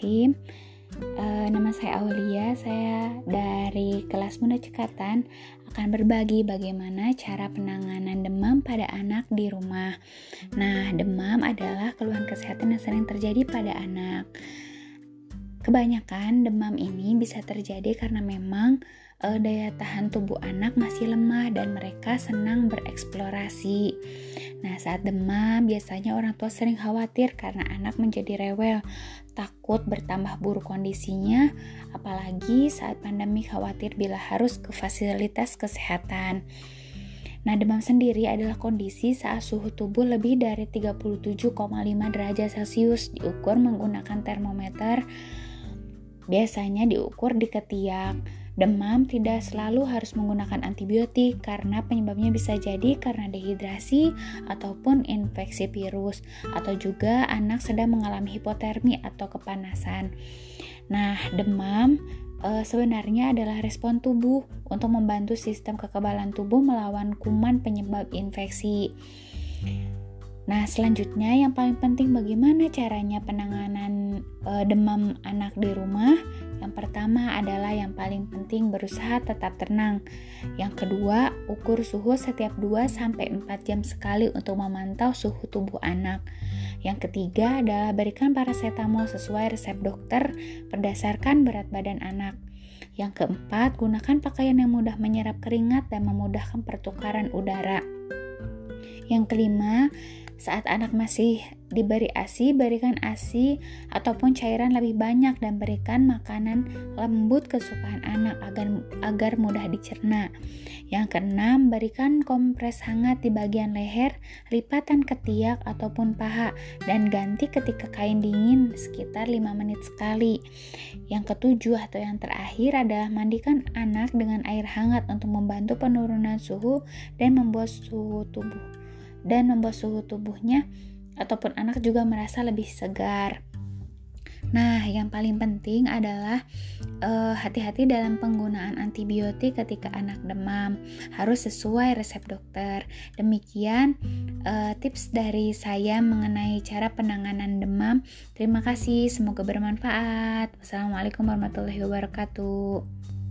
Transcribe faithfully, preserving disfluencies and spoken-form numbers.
Bismillahirrahmanirrahim. Uh, nama saya Aulia, saya dari kelas Muda Cekatan akan berbagi bagaimana cara penanganan demam pada anak di rumah. Nah, demam adalah keluhan kesehatan yang sering terjadi pada anak. Kebanyakan demam ini bisa terjadi karena memang uh, daya tahan tubuh anak masih lemah dan mereka senang bereksplorasi. Nah, saat demam biasanya orang tua sering khawatir karena anak menjadi rewel, takut bertambah buruk kondisinya, apalagi saat pandemi khawatir bila harus ke fasilitas kesehatan. Nah, demam sendiri adalah kondisi saat suhu tubuh lebih dari tiga puluh tujuh koma lima derajat Celcius diukur menggunakan termometer. Biasanya diukur di ketiak. Demam tidak selalu harus menggunakan antibiotik karena penyebabnya bisa jadi karena dehidrasi ataupun infeksi virus, atau juga anak sedang mengalami hipotermi atau kepanasan. Nah, demam e, sebenarnya adalah respon tubuh untuk membantu sistem kekebalan tubuh melawan kuman penyebab infeksi. Nah, selanjutnya yang paling penting bagaimana caranya penanganan e, demam anak di rumah. Yang pertama adalah yang paling penting berusaha tetap tenang. Yang kedua, ukur suhu setiap dua sampai empat jam sekali untuk memantau suhu tubuh anak. Yang ketiga adalah berikan paracetamol sesuai resep dokter berdasarkan berat badan anak. Yang keempat, gunakan pakaian yang mudah menyerap keringat dan memudahkan pertukaran udara. Yang kelima, saat anak masih diberi ASI, berikan ASI ataupun cairan lebih banyak dan berikan makanan lembut kesukaan anak agar, agar mudah dicerna. Yang keenam, berikan kompres hangat di bagian leher, lipatan ketiak ataupun paha dan ganti ketika kain dingin sekitar lima menit sekali. Yang ketujuh atau yang terakhir adalah mandikan anak dengan air hangat untuk membantu penurunan suhu dan membuat suhu tubuh dan membuat suhu tubuhnya ataupun anak juga merasa lebih segar. Nah, yang paling penting adalah uh, hati-hati dalam penggunaan antibiotik ketika anak demam, harus sesuai resep dokter. Demikian uh, tips dari saya mengenai cara penanganan demam. Terima kasih, semoga bermanfaat. Wassalamualaikum warahmatullahi wabarakatuh.